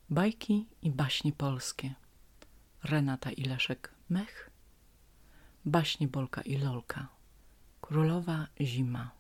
Bajki i baśnie polskie. Renata i Leszek Mech. Baśnie Bolka i Lolka. Królowa Zima.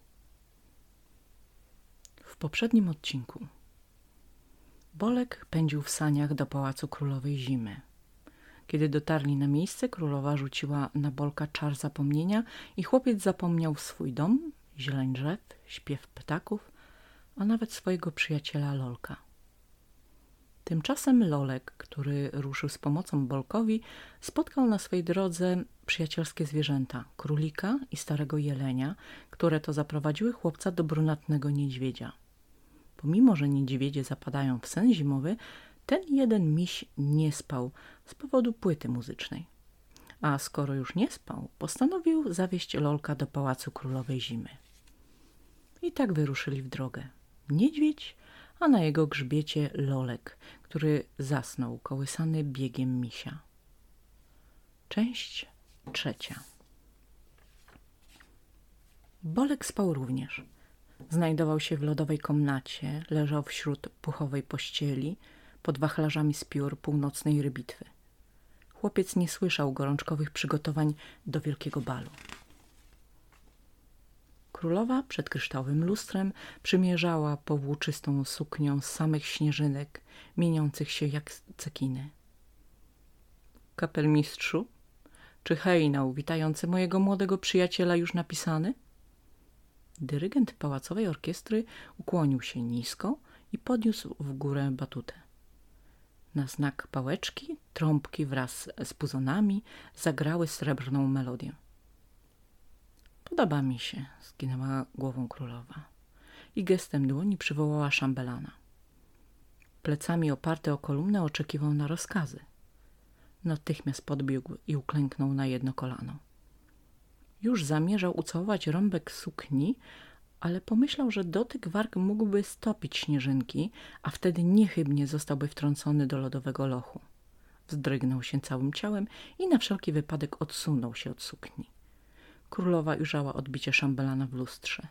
W poprzednim odcinku Bolek pędził w saniach do pałacu królowej Zimy. Kiedy dotarli na miejsce, królowa rzuciła na Bolka czar zapomnienia i chłopiec zapomniał swój dom, zieleń drzew, śpiew ptaków, a nawet swojego przyjaciela Lolka. Tymczasem Lolek, który ruszył z pomocą Bolkowi, spotkał na swej drodze przyjacielskie zwierzęta, królika i starego jelenia, które to zaprowadziły chłopca do brunatnego niedźwiedzia. Pomimo, że niedźwiedzie zapadają w sen zimowy, ten jeden miś nie spał z powodu płyty muzycznej. A skoro już nie spał, postanowił zawieźć Lolka do pałacu królowej Zimy. I tak wyruszyli w drogę. Niedźwiedź, a na jego grzbiecie Lolek, który zasnął kołysany biegiem misia. Część 3. Bolek spał również. Znajdował się w lodowej komnacie, leżał wśród puchowej pościeli, pod wachlarzami z piór północnej rybitwy. Chłopiec nie słyszał gorączkowych przygotowań do wielkiego balu. Królowa przed kryształowym lustrem przymierzała powłóczystą suknią z samych śnieżynek, mieniących się jak cekiny. Kapelmistrzu, czy hejnał witający mojego młodego przyjaciela już napisany? Dyrygent pałacowej orkiestry ukłonił się nisko i podniósł w górę batutę. Na znak pałeczki trąbki wraz z puzonami zagrały srebrną melodię. Podoba mi się, skinęła głową królowa i gestem dłoni przywołała szambelana. Plecami oparty o kolumnę oczekiwał na rozkazy. Natychmiast podbiegł i uklęknął na jedno kolano. Już zamierzał ucałować rąbek sukni, ale pomyślał, że dotyk warg mógłby stopić śnieżynki, a wtedy niechybnie zostałby wtrącony do lodowego lochu. Wzdrygnął się całym ciałem i na wszelki wypadek odsunął się od sukni. Królowa ujrzała odbicie szambelana w lustrze.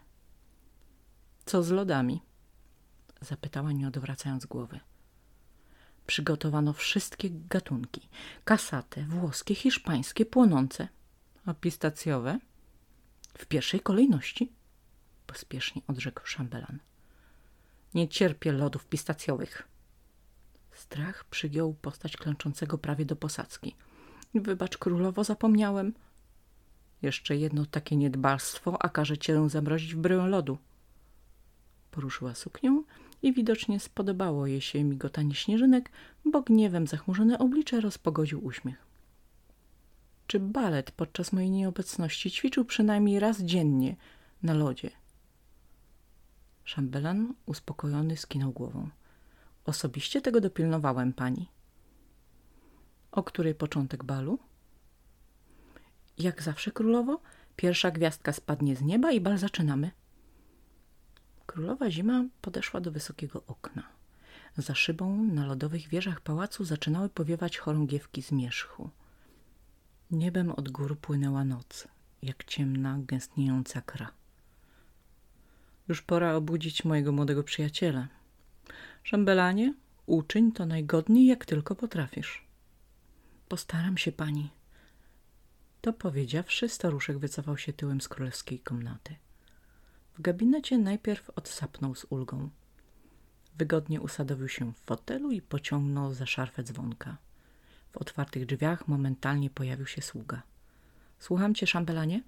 — Co z lodami? — zapytała, nie odwracając głowy. Przygotowano wszystkie gatunki. Kasate, włoskie, hiszpańskie, płonące. A pistacjowe? W pierwszej kolejności, pospiesznie odrzekł szambelan. Nie cierpię lodów pistacjowych. Strach przygiął postać klęczącego prawie do posadzki. Wybacz, królowo, zapomniałem. Jeszcze jedno takie niedbalstwo, a każe cię zamrozić w bryłę lodu. Poruszyła suknią i widocznie spodobało jej się migotanie śnieżynek, bo gniewem zachmurzone oblicze rozpogodził uśmiech. Czy balet podczas mojej nieobecności ćwiczył przynajmniej raz dziennie na lodzie? Szambelan uspokojony skinął głową. Osobiście tego dopilnowałem, pani. O której początek balu? Jak zawsze, królowo, pierwsza gwiazdka spadnie z nieba i bal zaczynamy. Królowa Zima podeszła do wysokiego okna. Za szybą na lodowych wieżach pałacu zaczynały powiewać chorągiewki zmierzchu. Niebem od gór płynęła noc, jak ciemna, gęstniejąca kra. Już pora obudzić mojego młodego przyjaciela. Szambelanie, uczyń to najgodniej, jak tylko potrafisz. Postaram się, pani. To powiedziawszy, staruszek wycofał się tyłem z królewskiej komnaty. W gabinecie najpierw odsapnął z ulgą. Wygodnie usadowił się w fotelu i pociągnął za szarfę dzwonka. W otwartych drzwiach momentalnie pojawił się sługa. Słucham cię, szambelanie?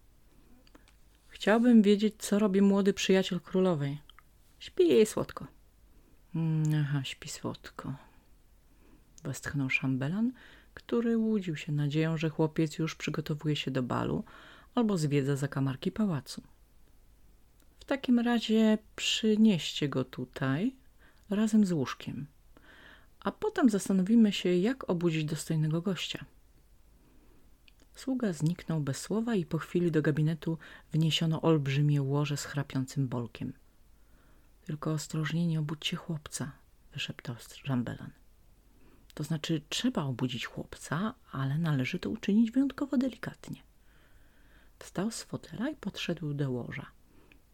Chciałbym wiedzieć, co robi młody przyjaciel królowej. Śpi jej słodko. Aha, śpi słodko. Westchnął szambelan, który łudził się nadzieją, że chłopiec już przygotowuje się do balu albo zwiedza zakamarki pałacu. W takim razie przynieście go tutaj razem z łóżkiem, a potem zastanowimy się, jak obudzić dostojnego gościa. Sługa zniknął bez słowa i po chwili do gabinetu wniesiono olbrzymie łoże z chrapiącym Bolkiem. Tylko ostrożnie nie obudźcie chłopca, wyszeptał szambelan. To znaczy, trzeba obudzić chłopca, ale należy to uczynić wyjątkowo delikatnie. Wstał z fotela i podszedł do łoża.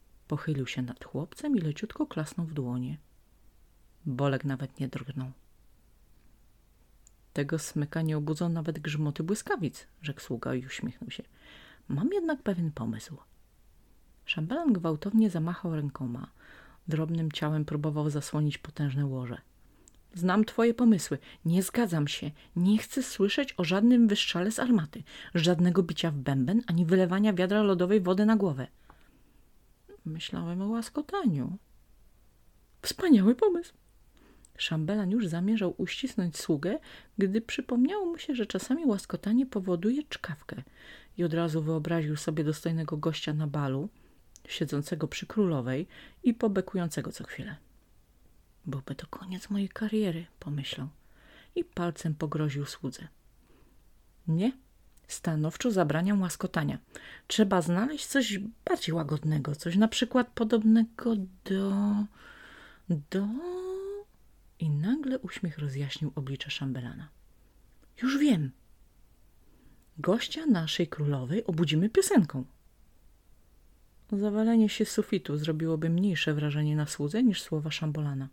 Pochylił się nad chłopcem i leciutko klasnął w dłonie. Bolek nawet nie drgnął. Tego smyka nie obudzą nawet grzmoty błyskawic, rzekł sługa i uśmiechnął się. Mam jednak pewien pomysł. Szambelan gwałtownie zamachał rękoma. Drobnym ciałem próbował zasłonić potężne łoże. Znam twoje pomysły. Nie zgadzam się. Nie chcę słyszeć o żadnym wystrzale z armaty. Żadnego bicia w bęben, ani wylewania wiadra lodowej wody na głowę. Myślałem o łaskotaniu. Wspaniały pomysł. Szambelan już zamierzał uścisnąć sługę, gdy przypomniało mu się, że czasami łaskotanie powoduje czkawkę i od razu wyobraził sobie dostojnego gościa na balu, siedzącego przy królowej i pobekującego co chwilę. Byłby to koniec mojej kariery, pomyślał i palcem pogroził słudze. Nie, stanowczo zabraniam łaskotania. Trzeba znaleźć coś bardziej łagodnego, coś na przykład podobnego do... I nagle uśmiech rozjaśnił oblicze szambelana. Już wiem. Gościa naszej królowej obudzimy piosenką. Zawalenie się sufitu zrobiłoby mniejsze wrażenie na słudze niż słowa szambelana.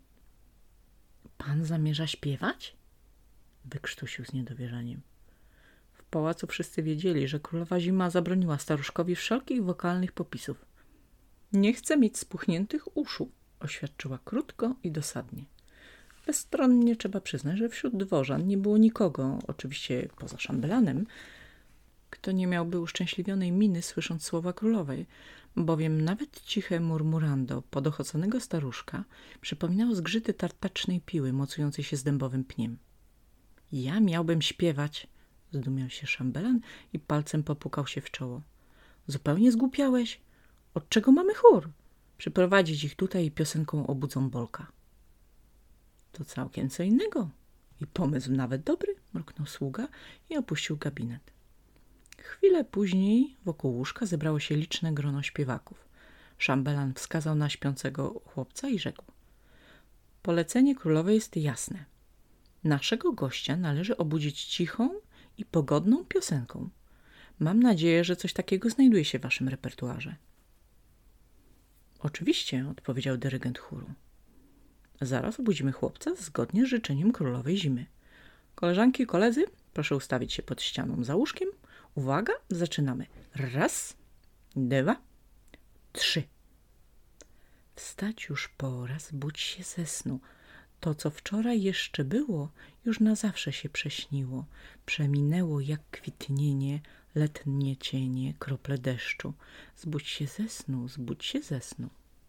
Pan zamierza śpiewać? Wykrztusił z niedowierzaniem. W pałacu wszyscy wiedzieli, że królowa Zima zabroniła staruszkowi wszelkich wokalnych popisów. Nie chcę mieć spuchniętych uszu, oświadczyła krótko i dosadnie. Bezstronnie trzeba przyznać, że wśród dworzan nie było nikogo, oczywiście poza szambelanem, kto nie miałby uszczęśliwionej miny słysząc słowa królowej, bowiem nawet ciche murmurando podochoconego staruszka przypominało zgrzyty tartacznej piły mocującej się z dębowym pniem. Ja miałbym śpiewać, zdumiał się szambelan i palcem popukał się w czoło. Zupełnie zgłupiałeś? Od czego mamy chór? Przyprowadzić ich tutaj i piosenką obudzą Bolka. To całkiem co innego. I pomysł nawet dobry, mruknął sługa i opuścił gabinet. Chwilę później wokół łóżka zebrało się liczne grono śpiewaków. Szambelan wskazał na śpiącego chłopca i rzekł. Polecenie królowej jest jasne. Naszego gościa należy obudzić cichą i pogodną piosenką. Mam nadzieję, że coś takiego znajduje się w waszym repertuarze. Oczywiście, odpowiedział dyrygent chóru. Zaraz obudzimy chłopca zgodnie z życzeniem królowej Zimy. Koleżanki i koledzy, proszę ustawić się pod ścianą za łóżkiem. Uwaga, zaczynamy. 1, 2, 3. Wstać już pora, zbudź się ze snu. To, co wczoraj jeszcze było, już na zawsze się prześniło. Przeminęło jak kwitnienie, letnie cienie, krople deszczu. Zbudź się ze snu, zbudź się ze snu.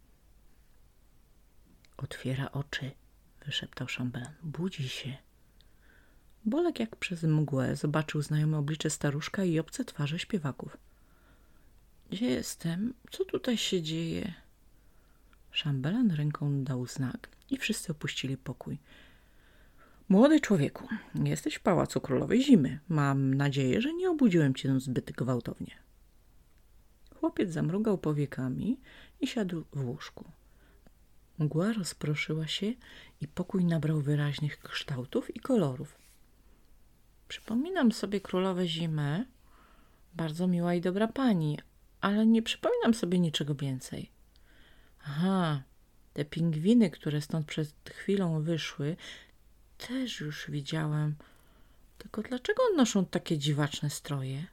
Otwiera oczy, wyszeptał szambelan. Budzi się. Bolek jak przez mgłę zobaczył znajome oblicze staruszka i obce twarze śpiewaków. Gdzie jestem? Co tutaj się dzieje? Szambelan ręką dał znak i wszyscy opuścili pokój. Młody człowieku, jesteś w pałacu królowej Zimy. Mam nadzieję, że nie obudziłem cię zbyt gwałtownie. Chłopiec zamrugał powiekami i siadł w łóżku. Mgła rozproszyła się i pokój nabrał wyraźnych kształtów i kolorów. Przypominam sobie królowę Zimę, bardzo miła i dobra pani, ale nie przypominam sobie niczego więcej. Aha, te pingwiny, które stąd przed chwilą wyszły, też już widziałem. Tylko dlaczego noszą takie dziwaczne stroje?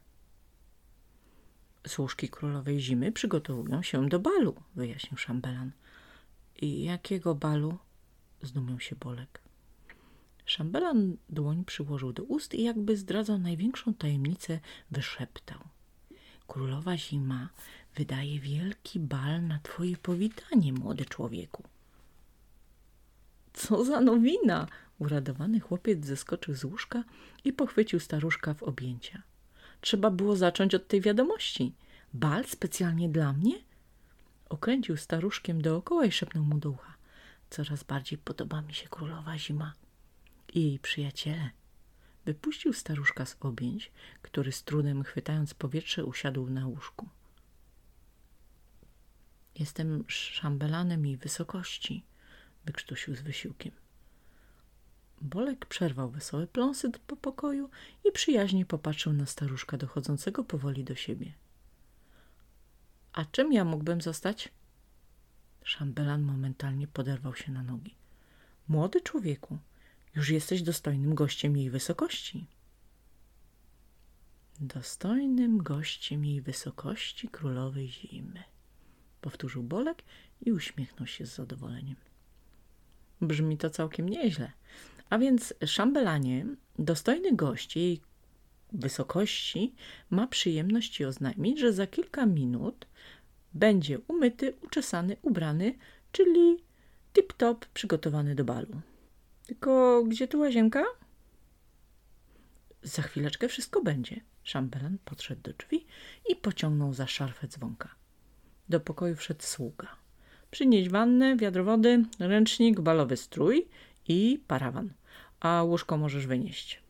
Służki królowej Zimy przygotowują się do balu, wyjaśnił szambelan. I jakiego balu? Zdumiał się Bolek. Szambelan dłoń przyłożył do ust i jakby zdradzał największą tajemnicę, wyszeptał. Królowa Zima wydaje wielki bal na twoje powitanie, młody człowieku. Co za nowina! Uradowany chłopiec zeskoczył z łóżka i pochwycił staruszka w objęcia. Trzeba było zacząć od tej wiadomości. Bal specjalnie dla mnie? Okręcił staruszkiem dookoła i szepnął mu do ucha. Coraz bardziej podoba mi się królowa Zima i jej przyjaciele. Wypuścił staruszka z objęć, który z trudem chwytając powietrze usiadł na łóżku. Jestem szambelanem jej wysokości, wykrztusił z wysiłkiem. Bolek przerwał wesołe pląsy po pokoju i przyjaźnie popatrzył na staruszka dochodzącego powoli do siebie. A czym ja mógłbym zostać? Szambelan momentalnie poderwał się na nogi. Młody człowieku, Już jesteś dostojnym gościem jej wysokości. Dostojnym gościem jej wysokości królowej zimy, powtórzył Bolek i uśmiechnął się z zadowoleniem. Brzmi to całkiem nieźle. A więc, szambelanie, dostojny gość jej wysokości ma przyjemność ci oznajmić, że za kilka minut będzie umyty, uczesany, ubrany, czyli tip-top przygotowany do balu. Tylko gdzie tu łazienka? Za chwileczkę wszystko będzie. Szambelan podszedł do drzwi i pociągnął za szarfę dzwonka. Do pokoju wszedł sługa. Przynieś wannę, wiadro wody, ręcznik, balowy strój i parawan, a łóżko możesz wynieść.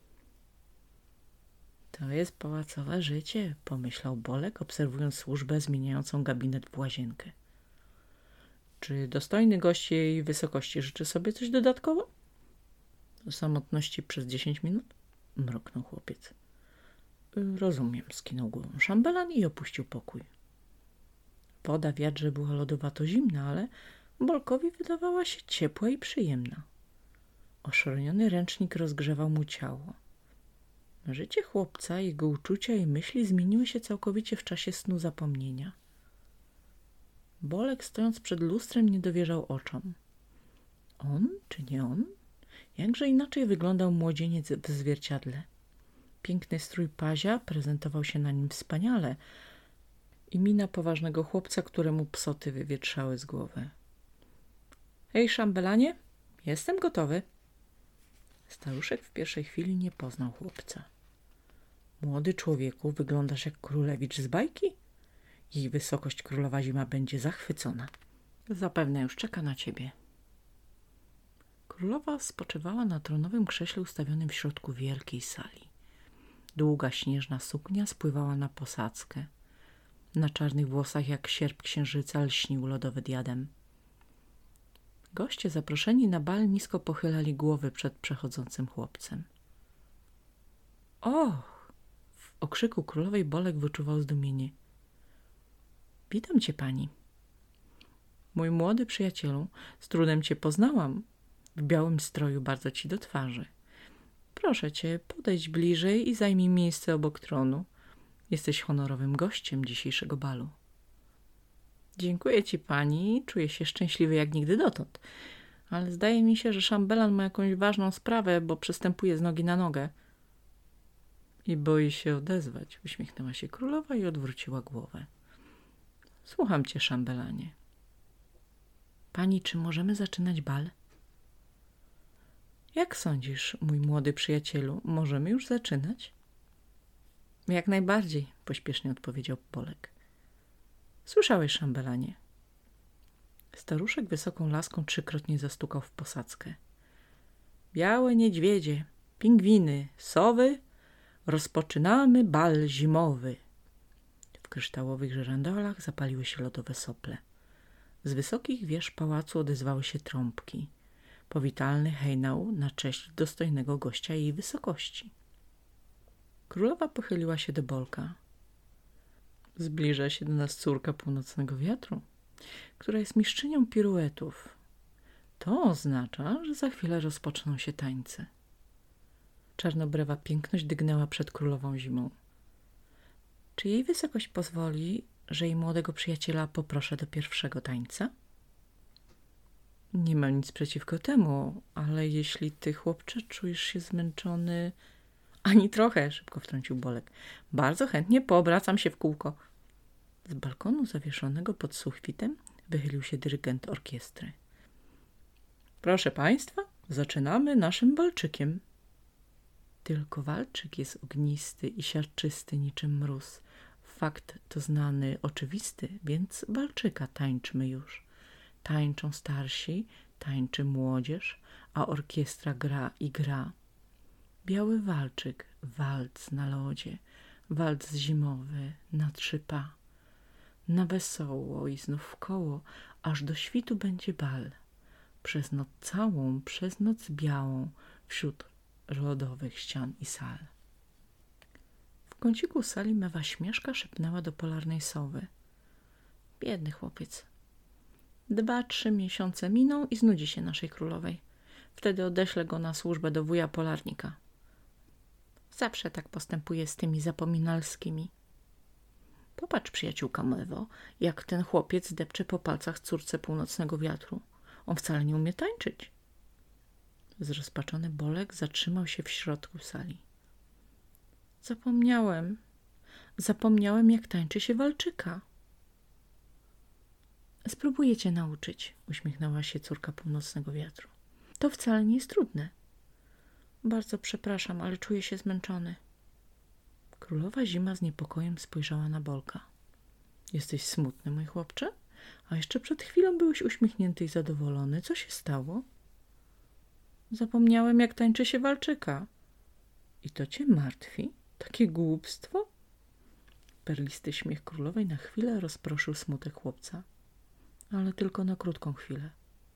To jest pałacowe życie, pomyślał Bolek, obserwując służbę zmieniającą gabinet w łazienkę. Czy dostojny gość jej wysokości życzy sobie coś dodatkowo? Samotności przez 10 minut? Mruknął chłopiec. Rozumiem, skinął głową szambelan i opuścił pokój. Woda w wiadrze była lodowato zimna, ale Bolkowi wydawała się ciepła i przyjemna. Oszroniony ręcznik rozgrzewał mu ciało. Życie chłopca, jego uczucia i myśli zmieniły się całkowicie w czasie snu zapomnienia. Bolek, stojąc przed lustrem, nie dowierzał oczom. On czy nie on? Jakże inaczej wyglądał młodzieniec w zwierciadle. Piękny strój pazia prezentował się na nim wspaniale i mina poważnego chłopca, któremu psoty wywietrzały z głowy. Hej, szambelanie, jestem gotowy. Staruszek w pierwszej chwili nie poznał chłopca. Młody człowieku, wyglądasz jak królewicz z bajki? Jej wysokość królowa zima będzie zachwycona. Zapewne już czeka na ciebie. Królowa spoczywała na tronowym krześle ustawionym w środku wielkiej sali. Długa śnieżna suknia spływała na posadzkę. Na czarnych włosach jak sierp księżyca lśnił lodowy diadem. Goście zaproszeni na bal nisko pochylali głowy przed przechodzącym chłopcem. Och! W okrzyku królowej Bolek wyczuwał zdumienie. Witam cię, pani. Mój młody przyjacielu, z trudem cię poznałam. W białym stroju bardzo ci do twarzy. Proszę cię, podejdź bliżej i zajmij miejsce obok tronu. Jesteś honorowym gościem dzisiejszego balu. Dziękuję ci, pani. Czuję się szczęśliwy jak nigdy dotąd. Ale zdaje mi się, że szambelan ma jakąś ważną sprawę, bo przystępuje z nogi na nogę. I boi się odezwać. Uśmiechnęła się królowa i odwróciła głowę. Słucham cię, szambelanie. Pani, czy możemy zaczynać bal? Jak sądzisz, mój młody przyjacielu, możemy już zaczynać? Jak najbardziej, pośpiesznie odpowiedział Bolek. Słyszałeś, szambelanie? Staruszek wysoką laską 3-krotnie zastukał w posadzkę. Białe niedźwiedzie, pingwiny, sowy, rozpoczynamy bal zimowy. W kryształowych żyrandolach zapaliły się lodowe sople. Z wysokich wież pałacu odezwały się trąbki. Powitalny hejnał na cześć dostojnego gościa jej wysokości. Królowa pochyliła się do Bolka. Zbliża się do nas córka północnego wiatru, która jest mistrzynią piruetów. To oznacza, że za chwilę rozpoczną się tańce. Czarnobrewa piękność dygnęła przed królową zimą. Czy jej wysokość pozwoli, że jej młodego przyjaciela poproszę do pierwszego tańca? Nie mam nic przeciwko temu, ale jeśli ty, chłopcze, czujesz się zmęczony... Ani trochę, szybko wtrącił Bolek. Bardzo chętnie poobracam się w kółko. Z balkonu zawieszonego pod sufitem wychylił się dyrygent orkiestry. Proszę państwa, zaczynamy naszym walczykiem. Tylko walczyk jest ognisty i siarczysty niczym mróz. Fakt to znany, oczywisty, więc walczyka tańczmy już. Tańczą starsi, tańczy młodzież, a orkiestra gra i gra. Biały walczyk, walc na lodzie, walc zimowy na 3 pa. Na wesoło i znów w koło, aż do świtu będzie bal. Przez noc całą, przez noc białą, wśród lodowych ścian i sal. W kąciku sali mewa śmieszka szepnęła do polarnej sowy. Biedny chłopiec. 2-3 miesiące miną i znudzi się naszej królowej. Wtedy odeślę go na służbę do wuja polarnika. Zawsze tak postępuje z tymi zapominalskimi. Popatrz, przyjaciółka Mewo, jak ten chłopiec depcze po palcach córce północnego wiatru. On wcale nie umie tańczyć. Zrozpaczony Bolek zatrzymał się w środku sali. Zapomniałem, jak tańczy się walczyka. Spróbuję cię nauczyć, uśmiechnęła się córka północnego wiatru. To wcale nie jest trudne. Bardzo przepraszam, ale czuję się zmęczony. Królowa Zima z niepokojem spojrzała na Bolka. Jesteś smutny, mój chłopcze? A jeszcze przed chwilą byłeś uśmiechnięty i zadowolony. Co się stało? Zapomniałem, jak tańczy się walczyka. I to cię martwi? Takie głupstwo? Perlisty śmiech królowej na chwilę rozproszył smutek chłopca. Ale tylko na krótką chwilę.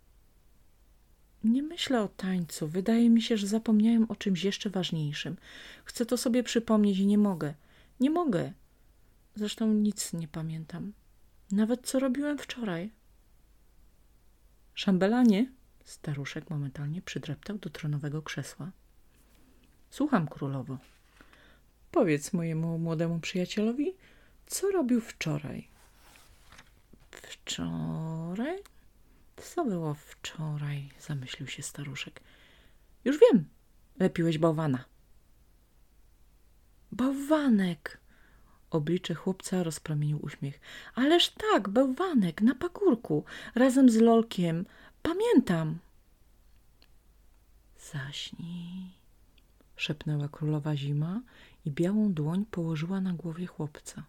Nie myślę o tańcu. Wydaje mi się, że zapomniałem o czymś jeszcze ważniejszym. Chcę to sobie przypomnieć i nie mogę. Nie mogę. Zresztą nic nie pamiętam. Nawet co robiłem wczoraj. Szambelanie? Staruszek momentalnie przydreptał do tronowego krzesła. Słucham, królowo. Powiedz mojemu młodemu przyjacielowi, co robił wczoraj. Wczoraj? Co było wczoraj? Zamyślił się staruszek. Już wiem. Lepiłeś bałwana. Bałwanek! Oblicze chłopca rozpromienił uśmiech. Ależ tak, bałwanek, na pagórku, razem z Lolkiem. Pamiętam. Zaśnij, szepnęła królowa Zima i białą dłoń położyła na głowie chłopca.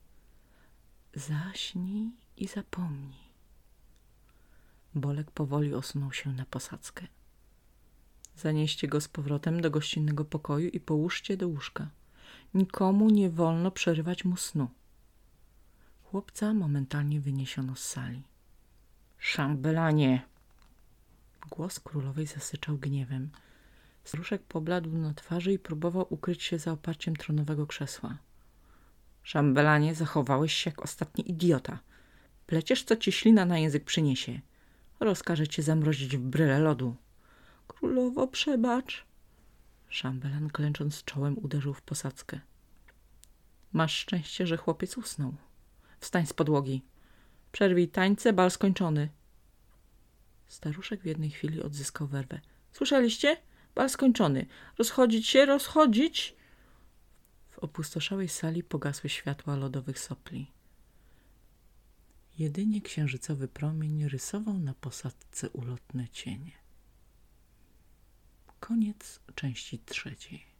Zaśnij i zapomnij. Bolek powoli osunął się na posadzkę. Zanieście go z powrotem do gościnnego pokoju i połóżcie do łóżka. Nikomu nie wolno przerywać mu snu. Chłopca momentalnie wyniesiono z sali. Szambelanie! Głos królowej zasyczał gniewem. Staruszek pobladł na twarzy i próbował ukryć się za oparciem tronowego krzesła. Szambelanie, zachowałeś się jak ostatni idiota. Pleciesz, co ci ślina na język przyniesie. Rozkażę cię zamrozić w bryle lodu. Królowo, przebacz. Szambelan, klęcząc czołem, uderzył w posadzkę. Masz szczęście, że chłopiec usnął. Wstań z podłogi. Przerwij tańce, bal skończony. Staruszek w jednej chwili odzyskał werwę. Słyszeliście? Bal skończony. Rozchodzić się, rozchodzić. W opustoszałej sali pogasły światła lodowych sopli. Jedynie księżycowy promień rysował na posadzce ulotne cienie. Koniec części 3.